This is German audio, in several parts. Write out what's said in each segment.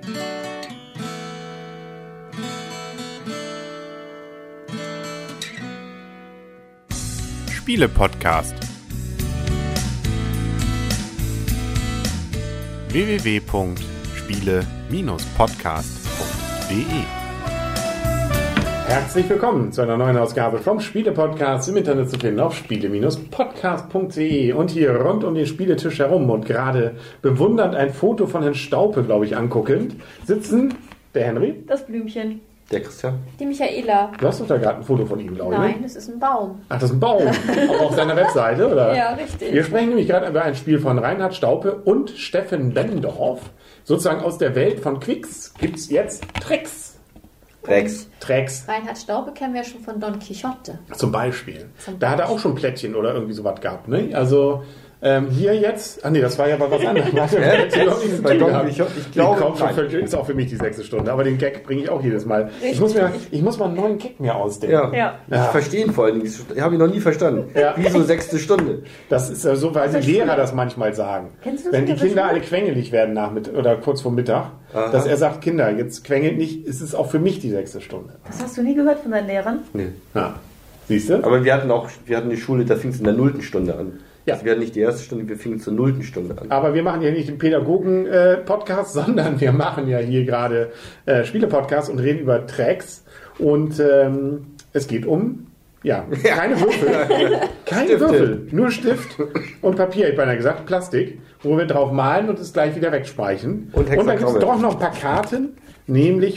Spiele-Podcast www.spiele-podcast.de. Herzlich willkommen zu einer neuen Ausgabe vom Spiele-Podcast, im Internet zu finden auf spiele-podcast.de und hier rund um den Spieletisch herum und gerade bewundernd ein Foto von Herrn Staupe, glaube ich, anguckend, sitzen der Henry, das Blümchen, der Christian, die Michaela. Du hast doch da gerade ein Foto von ihm, glaube ich. Nein, das ist ein Baum. Ach, das ist ein Baum. Auch auf seiner Webseite, oder? Ja, richtig. Wir sprechen nämlich gerade über ein Spiel von Reinhard Staupe und Steffen Bendorf. Sozusagen aus der Welt von Quicks gibt es jetzt Tricks. Tricks. Reinhard Staupe kennen wir ja schon von Don Quixote. Zum Beispiel. Da hat er auch schon Plättchen oder irgendwie sowas gehabt, ne? Also hier jetzt, das war ja mal was anderes. Bei Don Quixote, ich glaube, ist auch für mich die 6. Stunde, aber den Gag bringe ich auch jedes Mal. Ich muss mal einen neuen Gag mir ausdenken. Ja. Ich verstehe ihn vor allen Dingen. Ich habe ihn noch nie verstanden. Ja. Wieso 6. Stunde? Das ist ja so, weil die Lehrer das manchmal sagen. Kennst du das? Wenn die Kinder alle quengelig werden oder kurz vor Mittag, dass er sagt, Kinder, jetzt quengelt nicht, ist es auch für mich die 6. Stunde. Das hast du nie gehört von deinen Lehrern? Nee. Ja. Siehst du? Aber wir hatten die Schule, da fing es in der 0. Stunde an. Ja. Also wir hatten nicht die 1. Stunde, wir fingen zur 0. Stunde an. Aber wir machen ja nicht den Pädagogen-Podcast, sondern wir machen ja hier gerade Spiele-Podcast und reden über Tracks. Und es geht um, keine Würfel. Keine Stifte. Würfel, nur Stift und Papier, ich beinahe gesagt, Plastik, wo wir drauf malen und es gleich wieder wegspeichen. Und dann gibt es doch noch ein paar Karten, nämlich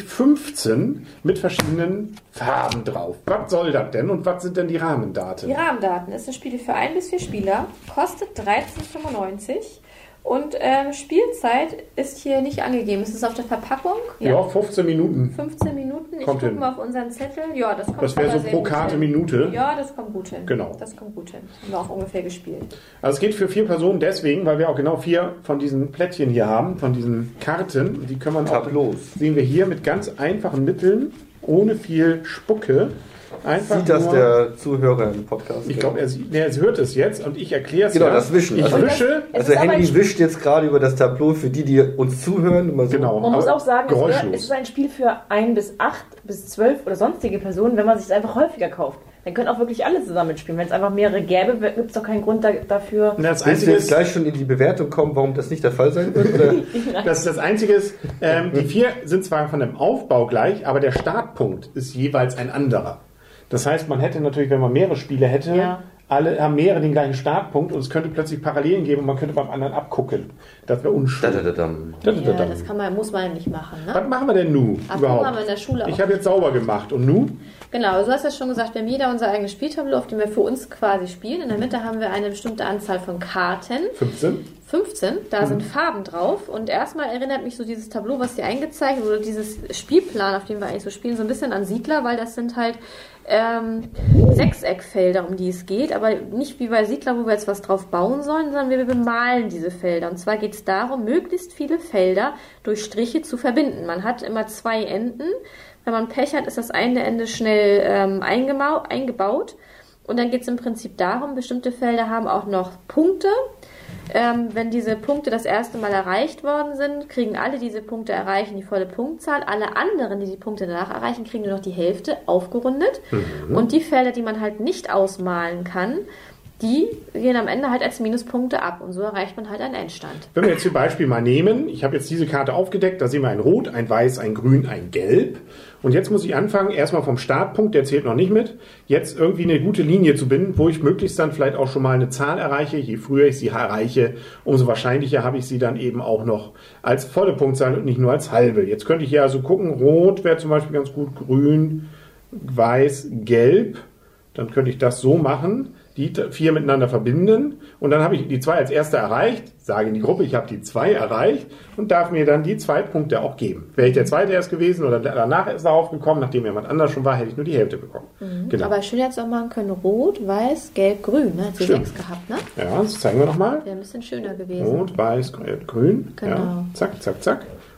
15 mit verschiedenen Farben drauf. Was soll das denn und was sind denn die Rahmendaten? Die Rahmendaten ist ein Spiel für 1 bis 4 Spieler, kostet 13,95 und Spielzeit ist hier nicht angegeben. Es ist auf der Verpackung. Ja, 15 Minuten. 15 Minuten. Ich Kommt gucke hin. mal auf unseren Zettel. Ja, das kommt Das wäre so pro Karte Minute. Ja, das kommt gut hin. Genau. Das kommt gut hin. Haben wir auch ungefähr gespielt. Also es geht für 4 Personen deswegen, weil wir auch genau 4 von diesen Plättchen hier haben, von diesen Karten. Die können wir Tableaus. Sehen wir hier mit ganz einfachen Mitteln, ohne viel Spucke. Einfach sieht das der Zuhörer im Podcast? Ich glaube, er hört es jetzt und ich erkläre es. Genau, das Wischen. Ich wische. Also Henry wischt jetzt gerade über das Tableau für die uns zuhören. Immer so. Genau. Man muss auch sagen, geräuschlos. es ist ein Spiel für 1 bis 8 bis 12 oder sonstige Personen, wenn man sich es einfach häufiger kauft. Dann können auch wirklich alle zusammen mitspielen. Wenn es einfach mehrere gäbe, gibt es doch keinen Grund dafür. Das Einzige ist, gleich schon in die Bewertung kommen, warum das nicht der Fall sein wird? Oder? Das Einzige ist, die 4 sind zwar von dem Aufbau gleich, aber der Startpunkt ist jeweils ein anderer. Das heißt, man hätte natürlich, wenn man mehrere Spiele hätte, alle haben mehrere den gleichen Startpunkt und es könnte plötzlich Parallelen geben und man könnte beim anderen abgucken. Das wäre unschön. Das muss man nicht machen. Ne? Was machen wir denn nun überhaupt? Haben wir in der Schule ich habe jetzt sauber gemacht und nun? Genau, du hast ja schon gesagt, wir haben jeder unser eigenes Spieltableau, auf dem wir für uns quasi spielen. In der Mitte haben wir eine bestimmte Anzahl von Karten. 15, da sind Farben drauf und erstmal erinnert mich so dieses Tableau, was hier eingezeichnet oder dieses Spielplan, auf dem wir eigentlich so spielen, so ein bisschen an Siedler, weil das sind halt Sechseckfelder, um die es geht, aber nicht wie bei Siedler, wo wir jetzt was drauf bauen sollen, sondern wir bemalen diese Felder. Und zwar geht es darum, möglichst viele Felder durch Striche zu verbinden. Man hat immer 2 Enden. Wenn man Pech hat, ist das eine Ende schnell eingebaut. Und dann geht es im Prinzip darum, bestimmte Felder haben auch noch Punkte. Wenn diese Punkte das erste Mal erreicht worden sind, kriegen alle diese Punkte erreichen die volle Punktzahl. Alle anderen, die Punkte danach erreichen, kriegen nur noch die Hälfte aufgerundet. Und die Felder, die man halt nicht ausmalen kann, die gehen am Ende halt als Minuspunkte ab. Und so erreicht man halt einen Endstand. Wenn wir jetzt zum Beispiel mal nehmen, ich habe jetzt diese Karte aufgedeckt, da sehen wir ein Rot, ein Weiß, ein Grün, ein Gelb. Und jetzt muss ich anfangen, erstmal vom Startpunkt, der zählt noch nicht mit, jetzt irgendwie eine gute Linie zu binden, wo ich möglichst dann vielleicht auch schon mal eine Zahl erreiche. Je früher ich sie erreiche, umso wahrscheinlicher habe ich sie dann eben auch noch als volle Punktzahl und nicht nur als halbe. Jetzt könnte ich hier also gucken, Rot wäre zum Beispiel ganz gut, Grün, Weiß, Gelb. Dann könnte ich das so machen, die 4 miteinander verbinden und dann habe ich die 2 als erste erreicht, sage in die Gruppe, ich habe die 2 erreicht und darf mir dann die 2 Punkte auch geben. Wäre ich der Zweite erst gewesen oder danach erst darauf gekommen, nachdem jemand anders schon war, hätte ich nur die Hälfte bekommen. Genau. Aber schön jetzt auch machen können, Rot, Weiß, Gelb, Grün, ne? Hat sie 6 gehabt, ne? Ja, das zeigen wir nochmal. Wäre ein bisschen schöner gewesen. Rot, Weiß, Grün. Genau. Ja, zack, zack, zack.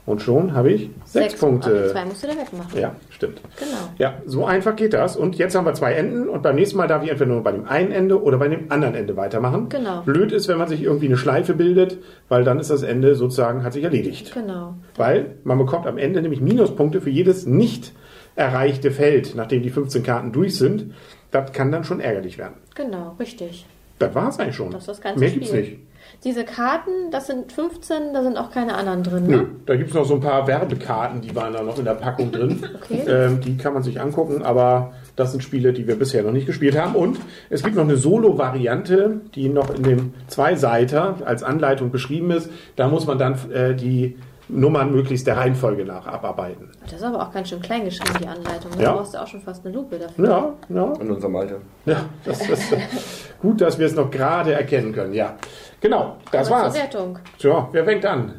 Und schon habe ich 6 Punkte. Die 2 musst du da wegmachen. Ja, stimmt. Genau. Ja, so einfach geht das. Und jetzt haben wir 2 Enden und beim nächsten Mal darf ich entweder nur bei dem einen Ende oder bei dem anderen Ende weitermachen. Genau. Blöd ist, wenn man sich irgendwie eine Schleife bildet, weil dann ist das Ende sozusagen, hat sich erledigt. Genau. Weil man bekommt am Ende nämlich Minuspunkte für jedes nicht erreichte Feld, nachdem die 15 Karten durch sind. Das kann dann schon ärgerlich werden. Genau, richtig. Das war es eigentlich schon. Das ist das ganze Mehr Spiel. gibt's nicht. Diese Karten, das sind 15, da sind auch keine anderen drin. Nö, Ne? da gibt es noch so ein paar Werbekarten, die waren da noch in der Packung drin. Okay. Die kann man sich angucken, aber das sind Spiele, die wir bisher noch nicht gespielt haben. Und es gibt noch eine Solo-Variante, die noch in dem Zweiseiter als Anleitung beschrieben ist. Da muss man dann die Nummern möglichst der Reihenfolge nach abarbeiten. Das ist aber auch ganz schön klein geschrieben, die Anleitung. Ja. Da brauchst du auch schon fast eine Lupe dafür. Ja. In unserem Alter. Ja, das ist gut, dass wir es noch gerade erkennen können. Ja, genau, das Aber war's. zur Wertung. So, wer fängt an?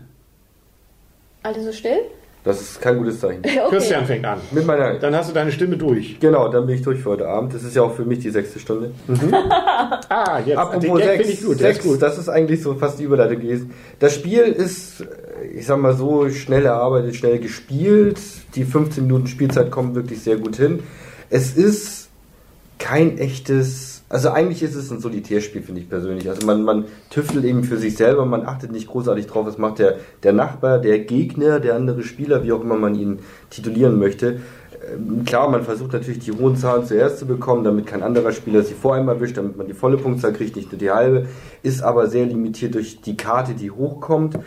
Alle so still? Das ist kein gutes Zeichen. Okay. Christian fängt an. Mit meiner. Dann hast du deine Stimme durch. Genau, dann bin ich durch für heute Abend. Das ist ja auch für mich die 6. Stunde. Ah, jetzt. Apropos Den 6, finde ich gut. Der ist gut. das ist eigentlich so fast die Überleitung gewesen. Das Spiel ist, ich sag mal so, schnell erarbeitet, schnell gespielt. Die 15 Minuten Spielzeit kommen wirklich sehr gut hin. Es ist kein echtes, also eigentlich ist es ein Solitärspiel, finde ich persönlich. Also man tüftelt eben für sich selber, man achtet nicht großartig drauf, was macht der Nachbar, der Gegner, der andere Spieler, wie auch immer man ihn titulieren möchte. Klar, man versucht natürlich die hohen Zahlen zuerst zu bekommen, damit kein anderer Spieler sie vor einem erwischt, damit man die volle Punktzahl kriegt, nicht nur die halbe, ist aber sehr limitiert durch die Karte, die hochkommt.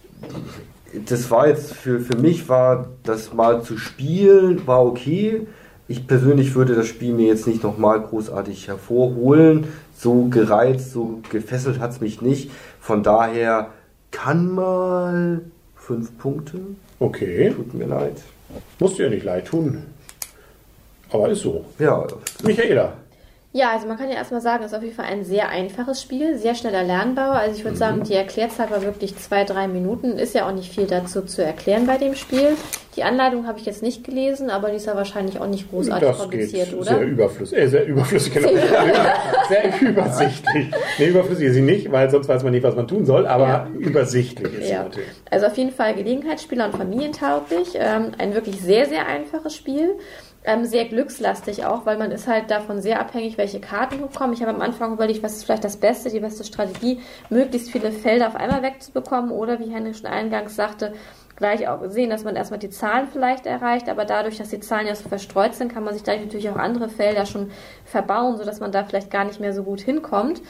Das war jetzt für mich, war das mal zu spielen, war okay. Ich persönlich würde das Spiel mir jetzt nicht nochmal großartig hervorholen. So gereizt, so gefesselt hat es mich nicht. Von daher kann mal 5 Punkte. Okay. Tut mir leid. Musst dir ja nicht leid tun. Aber ist so. Ja, Michaela. Ja, also man kann ja erstmal sagen, es ist auf jeden Fall ein sehr einfaches Spiel, sehr schnell erlernbar. Also ich würde sagen, die Erklärzeit war wirklich 2-3 Minuten. Ist ja auch nicht viel dazu zu erklären bei dem Spiel. Die Anleitung habe ich jetzt nicht gelesen, aber die ist ja wahrscheinlich auch nicht großartig Das kompliziert, geht oder? sehr überflüssig, genau. Sehr übersichtlich. Nee, überflüssig ist sie nicht, weil sonst weiß man nicht, was man tun soll, aber übersichtlich ist sie Ja. natürlich. Also auf jeden Fall Gelegenheitsspieler und familientauglich. Ein wirklich sehr, sehr einfaches Spiel. Sehr glückslastig auch, weil man ist halt davon sehr abhängig, welche Karten hochkommen. Ich habe am Anfang überlegt, was ist vielleicht die beste Strategie, möglichst viele Felder auf einmal wegzubekommen oder, wie Henrik schon eingangs sagte, gleich auch sehen, dass man erstmal die Zahlen vielleicht erreicht, aber dadurch, dass die Zahlen ja so verstreut sind, kann man sich dadurch natürlich auch andere Felder schon verbauen, sodass man da vielleicht gar nicht mehr so gut hinkommt.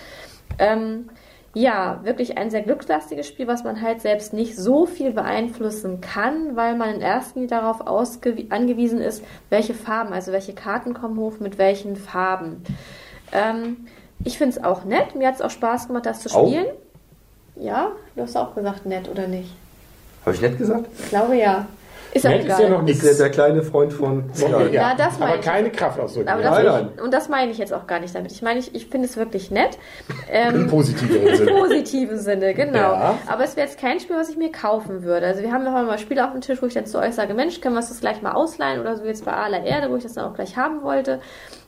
Ja, wirklich ein sehr glückslastiges Spiel, was man halt selbst nicht so viel beeinflussen kann, weil man in erster Linie darauf angewiesen ist, welche Farben, also welche Karten kommen hoch, mit welchen Farben. Ich finde es auch nett, mir hat es auch Spaß gemacht, das zu spielen. Ja, du hast auch gesagt nett, oder nicht? habe ich nett gesagt? Ich glaube ja. Ist ja Nett egal. ist ja noch Ist nichts. der kleine Freund von... Okay, Ja, das meine aber ich. keine Kraftausdrücke. Aber mehr. das Nein, und das meine ich jetzt auch gar nicht damit. Ich meine, ich finde es wirklich nett. Im positiveren Sinne. Im positiven Sinne, genau. Ja. Aber es wäre jetzt kein Spiel, was ich mir kaufen würde. Also wir haben ja mal Spiele auf dem Tisch, wo ich dann zu euch sage, Mensch, können wir uns das gleich mal ausleihen oder so jetzt bei Aala Erde, wo ich das dann auch gleich haben wollte.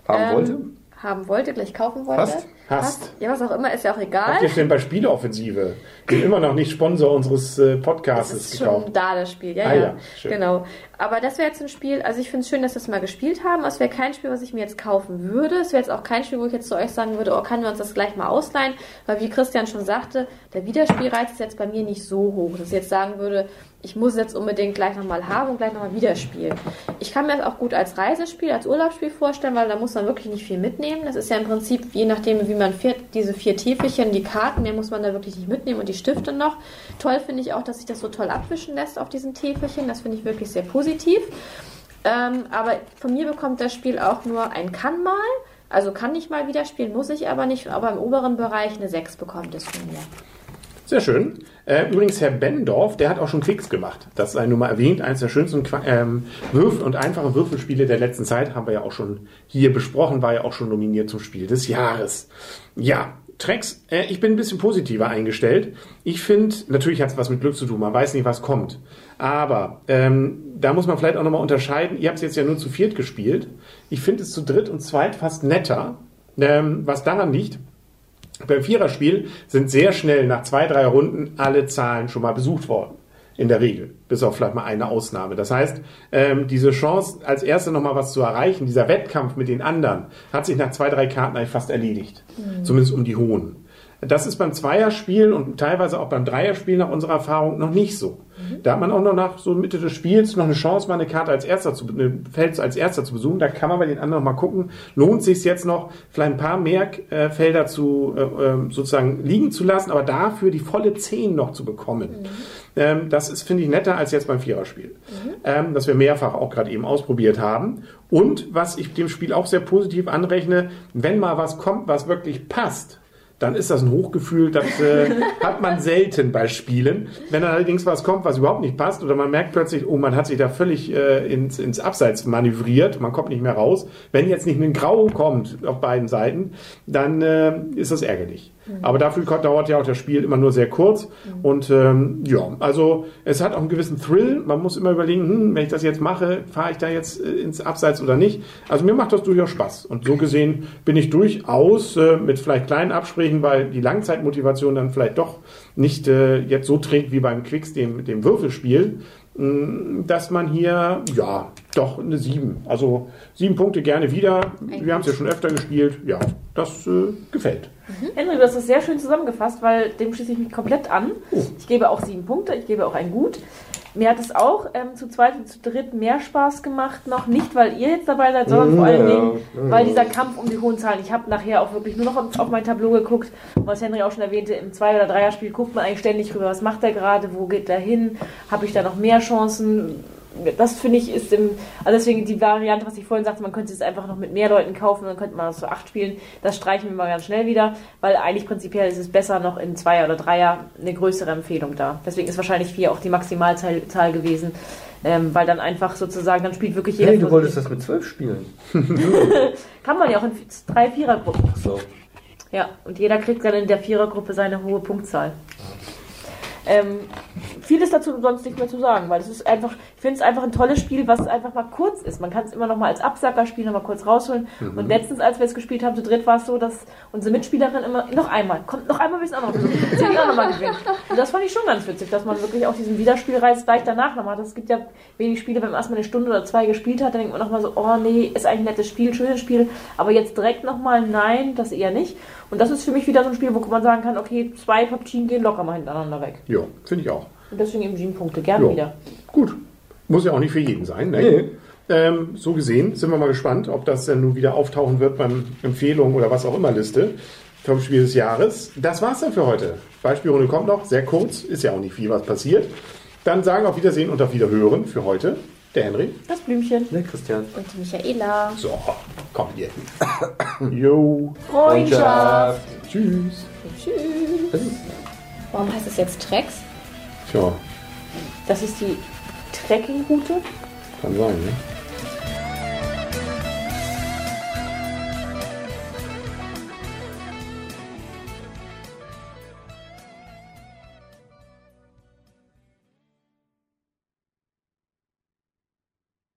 Haben wollte, gleich kaufen wollte. Hast. Ja, was auch immer, ist ja auch egal. Habt ihr denn bei Spieleoffensive, die immer noch nicht Sponsor unseres Podcasts Das ist gekauft? schon da, das Spiel. Ja, Ah, ja. ja, schön. Genau. Aber das wäre jetzt ein Spiel, also ich finde es schön, dass wir es mal gespielt haben. Es wäre kein Spiel, was ich mir jetzt kaufen würde. Es wäre jetzt auch kein Spiel, wo ich jetzt zu euch sagen würde, oh, können wir uns das gleich mal ausleihen? Weil wie Christian schon sagte, der Wiederspielreiz ist jetzt bei mir nicht so hoch, dass ich jetzt sagen würde, ich muss es jetzt unbedingt gleich nochmal haben und gleich nochmal wieder spielen. Ich kann mir das auch gut als Reisespiel, als Urlaubsspiel vorstellen, weil da muss man wirklich nicht viel mitnehmen. Das ist ja im Prinzip, je nachdem, wie man fährt, diese 4 Täfelchen, die Karten, mehr muss man da wirklich nicht mitnehmen und die Stifte noch. Toll finde ich auch, dass sich das so toll abwischen lässt auf diesen Täfelchen. Das finde ich wirklich sehr positiv. Aber von mir bekommt das Spiel auch nur ein kann mal. Also kann ich mal wieder spielen, muss ich aber nicht. Aber im oberen Bereich eine 6 bekommt es von mir. Sehr schön. Übrigens, Herr Bendorf, der hat auch schon Quicks gemacht. Das sei nur mal erwähnt. Eines der schönsten Würfel- und einfachen Würfelspiele der letzten Zeit haben wir ja auch schon hier besprochen, war ja auch schon nominiert zum Spiel des Jahres. Ja, Trex, ich bin ein bisschen positiver eingestellt. Ich finde, natürlich hat es was mit Glück zu tun, man weiß nicht, was kommt. Aber da muss man vielleicht auch nochmal unterscheiden. Ihr habt es jetzt ja nur zu viert gespielt. Ich finde es zu dritt und zweit fast netter, was daran liegt. Beim Viererspiel sind sehr schnell nach 2-3 Runden alle Zahlen schon mal besucht worden. In der Regel. Bis auf vielleicht mal eine Ausnahme. Das heißt, diese Chance, als Erste nochmal was zu erreichen, dieser Wettkampf mit den anderen, hat sich nach 2, 3 Karten eigentlich fast erledigt. Zumindest um die hohen. Das ist beim Zweierspiel und teilweise auch beim Dreierspiel nach unserer Erfahrung noch nicht so. Da hat man auch noch nach so Mitte des Spiels noch eine Chance, mal eine Karte als Erster Feld als Erster zu besuchen. Da kann man bei den anderen mal gucken, lohnt sich jetzt noch, vielleicht ein paar mehr Felder zu sozusagen liegen zu lassen, aber dafür die volle 10 noch zu bekommen. Das ist, finde ich, netter als jetzt beim Viererspiel. Das wir mehrfach auch gerade eben ausprobiert haben. Und was ich dem Spiel auch sehr positiv anrechne, wenn mal was kommt, was wirklich passt, dann ist das ein Hochgefühl, das hat man selten bei Spielen. Wenn dann allerdings was kommt, was überhaupt nicht passt, oder man merkt plötzlich, oh, man hat sich da völlig ins Abseits manövriert, man kommt nicht mehr raus. Wenn jetzt nicht ein Grau kommt auf beiden Seiten, dann ist das ärgerlich. Aber dafür dauert ja auch das Spiel immer nur sehr kurz. Und ja, also es hat auch einen gewissen Thrill. Man muss immer überlegen, wenn ich das jetzt mache, fahre ich da jetzt ins Abseits oder nicht. Also mir macht das durchaus Spaß. Und so gesehen bin ich durchaus mit vielleicht kleinen Absprechen, weil die Langzeitmotivation dann vielleicht doch nicht jetzt so trägt wie beim Quicks, dem Würfelspiel, dass man hier, ja, doch eine 7. Also 7 Punkte gerne wieder. Wir haben es ja schon öfter gespielt. Ja, das gefällt. Henry, du hast das sehr schön zusammengefasst, weil dem schließe ich mich komplett an. Ich gebe auch 7 Punkte, ich gebe auch ein Gut. Mir hat es auch zu zweit und zu dritt mehr Spaß gemacht noch. Nicht, weil ihr jetzt dabei seid, sondern vor allen Dingen, weil dieser Kampf um die hohen Zahlen. Ich habe nachher auch wirklich nur noch auf mein Tableau geguckt. Was Henry auch schon erwähnte, im 2- oder 3er-Spiel guckt man eigentlich ständig rüber, was macht er gerade, wo geht er hin, habe ich da noch mehr Chancen. Das finde ich ist also deswegen die Variante, was ich vorhin sagte, man könnte es einfach noch mit mehr Leuten kaufen, dann könnte man das zu 8 spielen. Das streichen wir mal ganz schnell wieder, weil eigentlich prinzipiell ist es besser noch in 2er oder 3er eine größere Empfehlung da. Deswegen ist wahrscheinlich 4 auch die Maximalzahl gewesen, weil dann einfach sozusagen, dann spielt wirklich jeder. Hey, du wolltest das mit 12 spielen. Kann man ja auch in 3 Vierergruppen. So. Ja, und jeder kriegt dann in der Vierergruppe seine hohe Punktzahl. Vieles dazu sonst nicht mehr zu sagen, weil es ist einfach, ich finde es einfach ein tolles Spiel, was einfach mal kurz ist. Man kann es immer noch mal als Absacker spielen, noch mal kurz rausholen. Und letztens, als wir es gespielt haben, zu dritt war es so, dass unsere Mitspielerin immer, noch einmal, wir es auch noch versuchen, sie auch noch mal gewinnen. Und das fand ich schon ganz witzig, dass man wirklich auch diesen Wiederspielreiz gleich danach noch mal hat. Es gibt ja wenig Spiele, wenn man erstmal eine Stunde oder 2 gespielt hat, dann denkt man noch mal so, oh nee, ist eigentlich ein nettes Spiel, schönes Spiel, aber jetzt direkt noch mal, nein, das eher nicht. Und das ist für mich wieder so ein Spiel, wo man sagen kann, okay, 2 Partien gehen locker mal hintereinander weg. Ja, finde ich auch. Und deswegen eben 7 Punkte, gerne wieder. Gut, muss ja auch nicht für jeden sein. Ne? Nee. So gesehen sind wir mal gespannt, ob das dann nun wieder auftauchen wird beim Empfehlungen oder was auch immer Liste vom Spiel des Jahres. Das war's dann für heute. Beispielrunde kommt noch, sehr kurz, ist ja auch nicht viel, was passiert. Dann sagen auf Wiedersehen und auf Wiederhören für heute der Henry. Das Blümchen. Ne, Christian. Und die Michaela. So, komm hier. Jo. Freundschaft. Tschüss. Tschüss. Warum heißt es jetzt Tracks? Tja, Das ist die Trekkingroute. kann sein, ne?